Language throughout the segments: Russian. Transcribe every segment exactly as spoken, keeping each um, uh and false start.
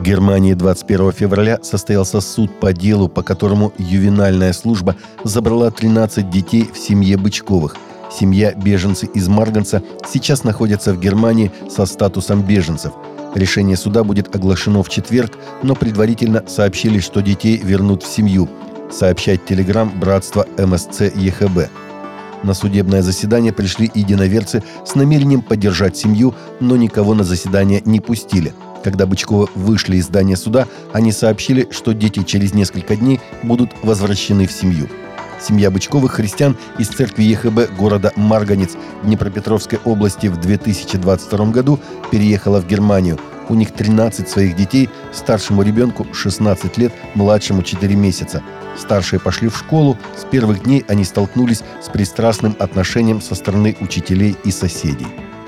В Германии двадцать первого февраля состоялся суд по делу, по которому ювенальная служба забрала тринадцать детей в семье Бычковых. Семья, беженцы из Марганца, сейчас находятся в Германии со статусом беженцев. Решение суда будет оглашено в четверг, но предварительно сообщили, что детей вернут в семью, сообщает Телеграм братства эм эс цэ е ха бэ. На судебное заседание пришли единоверцы с намерением поддержать семью, но никого на заседание не пустили. Когда Бычковы вышли из здания суда, они сообщили, что дети через несколько дней будут возвращены в семью. Семья Бычковых христиан из церкви е ха бэ города Марганец Днепропетровской области в две тысячи двадцать втором году переехала в Германию. У них тринадцать своих детей, старшему ребенку шестнадцать лет, младшему четыре месяца. Старшие пошли в школу. С первых дней они столкнулись с пристрастным отношением со стороны учителей и соседей.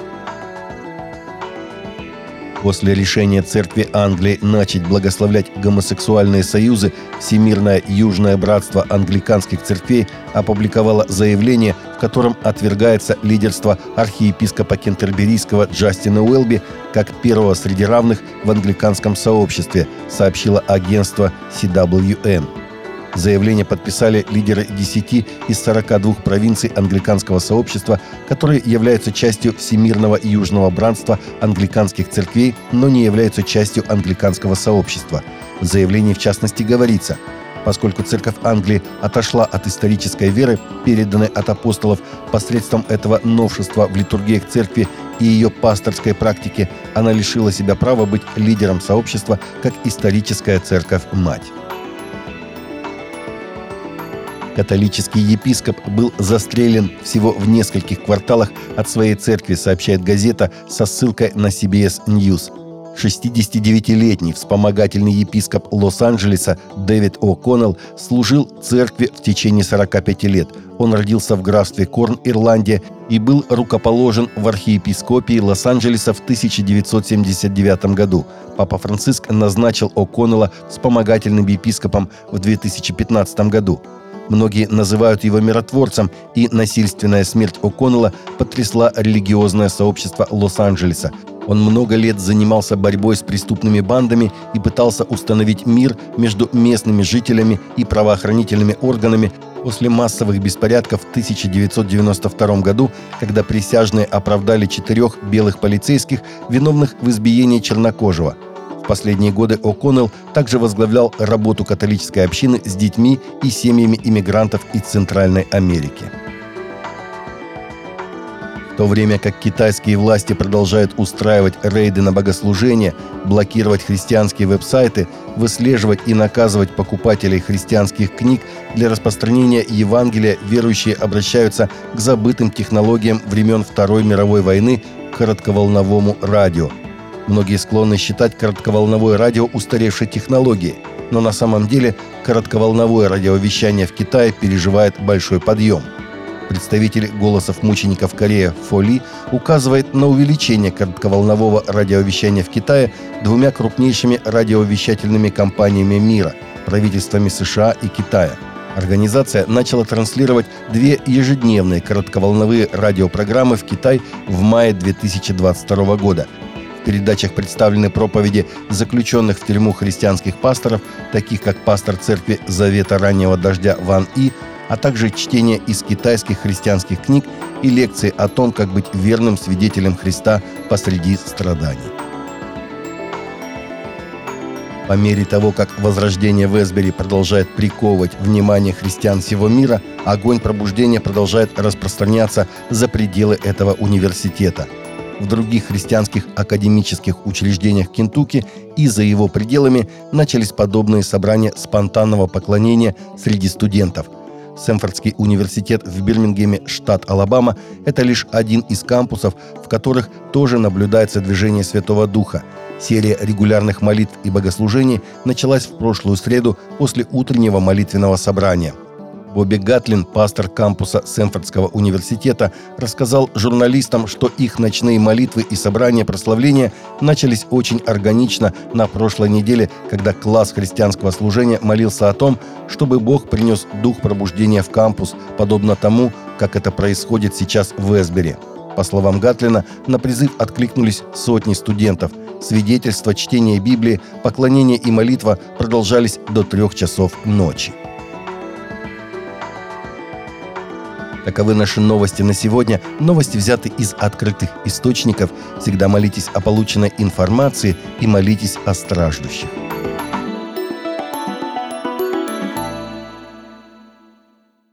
После решения Церкви Англии начать благословлять гомосексуальные союзы, Всемирное Южное Братство Англиканских Церквей опубликовало заявление, в котором отвергается лидерство архиепископа Кентерберийского Джастина Уэлби как первого среди равных в англиканском сообществе, сообщило агентство си дабл ю эн. Заявление подписали лидеры десяти из сорока двух провинций англиканского сообщества, которые являются частью Всемирного Южного Братства Англиканских Церквей, но не являются частью англиканского сообщества. В заявлении, в частности, говорится: поскольку Церковь Англии отошла от исторической веры, переданной от апостолов, посредством этого новшества в литургиях Церкви и ее пасторской практике, она лишила себя права быть лидером сообщества как историческая Церковь-мать. Католический епископ был застрелен всего в нескольких кварталах от своей церкви, сообщает газета со ссылкой на си би эс News. шестидесятидевятилетний вспомогательный епископ Лос-Анджелеса Дэвид О'Коннелл служил церкви в течение сорока пяти лет. Он родился в графстве Корн, Ирландия, и был рукоположен в архиепископии Лос-Анджелеса в тысяча девятьсот семьдесят девятом году. Папа Франциск назначил О'Коннелла вспомогательным епископом в две тысячи пятнадцатом году. Многие называют его миротворцем, и насильственная смерть О'Коннелла потрясла религиозное сообщество Лос-Анджелеса. Он много лет занимался борьбой с преступными бандами и пытался установить мир между местными жителями и правоохранительными органами после массовых беспорядков в тысяча девятьсот девяносто втором году, когда присяжные оправдали четырех белых полицейских, виновных в избиении чернокожего. В последние годы О'Коннелл также возглавлял работу католической общины с детьми и семьями иммигрантов из Центральной Америки. В то время как китайские власти продолжают устраивать рейды на богослужения, блокировать христианские веб-сайты, выслеживать и наказывать покупателей христианских книг, для распространения Евангелия верующие обращаются к забытым технологиям времен Второй мировой войны, к коротковолновому радио. Многие склонны считать коротковолновое радио устаревшей технологией, но на самом деле коротковолновое радиовещание в Китае переживает большой подъем. Представитель «Голосов мучеников Корея» Фо Ли указывает на увеличение коротковолнового радиовещания в Китае двумя крупнейшими радиовещательными компаниями мира – правительствами США и Китая. Организация начала транслировать две ежедневные коротковолновые радиопрограммы в Китай в мае две тысячи двадцать второго года. В передачах представлены проповеди заключенных в тюрьму христианских пасторов, таких как пастор церкви Завета Раннего Дождя Ван И, а также чтение из китайских христианских книг и лекции о том, как быть верным свидетелем Христа посреди страданий. По мере того, как возрождение в Эсбери продолжает приковывать внимание христиан всего мира, огонь пробуждения продолжает распространяться за пределы этого университета. В других христианских академических учреждениях Кентукки и за его пределами начались подобные собрания спонтанного поклонения среди студентов. Сэмфордский университет в Бирмингеме, штат Алабама, это лишь один из кампусов, в которых тоже наблюдается движение Святого Духа. Серия регулярных молитв и богослужений началась в прошлую среду после утреннего молитвенного собрания. Бобби Гатлин, пастор кампуса Сэмфордского университета, рассказал журналистам, что их ночные молитвы и собрания прославления начались очень органично на прошлой неделе, когда класс христианского служения молился о том, чтобы Бог принес дух пробуждения в кампус, подобно тому, как это происходит сейчас в Эсбери. По словам Гатлина, на призыв откликнулись сотни студентов. свидетельства, чтение Библии, поклонение и молитва продолжались до трех часов ночи. Таковы наши новости на сегодня. Новости взяты из открытых источников. Всегда молитесь о полученной информации и молитесь о страждущих.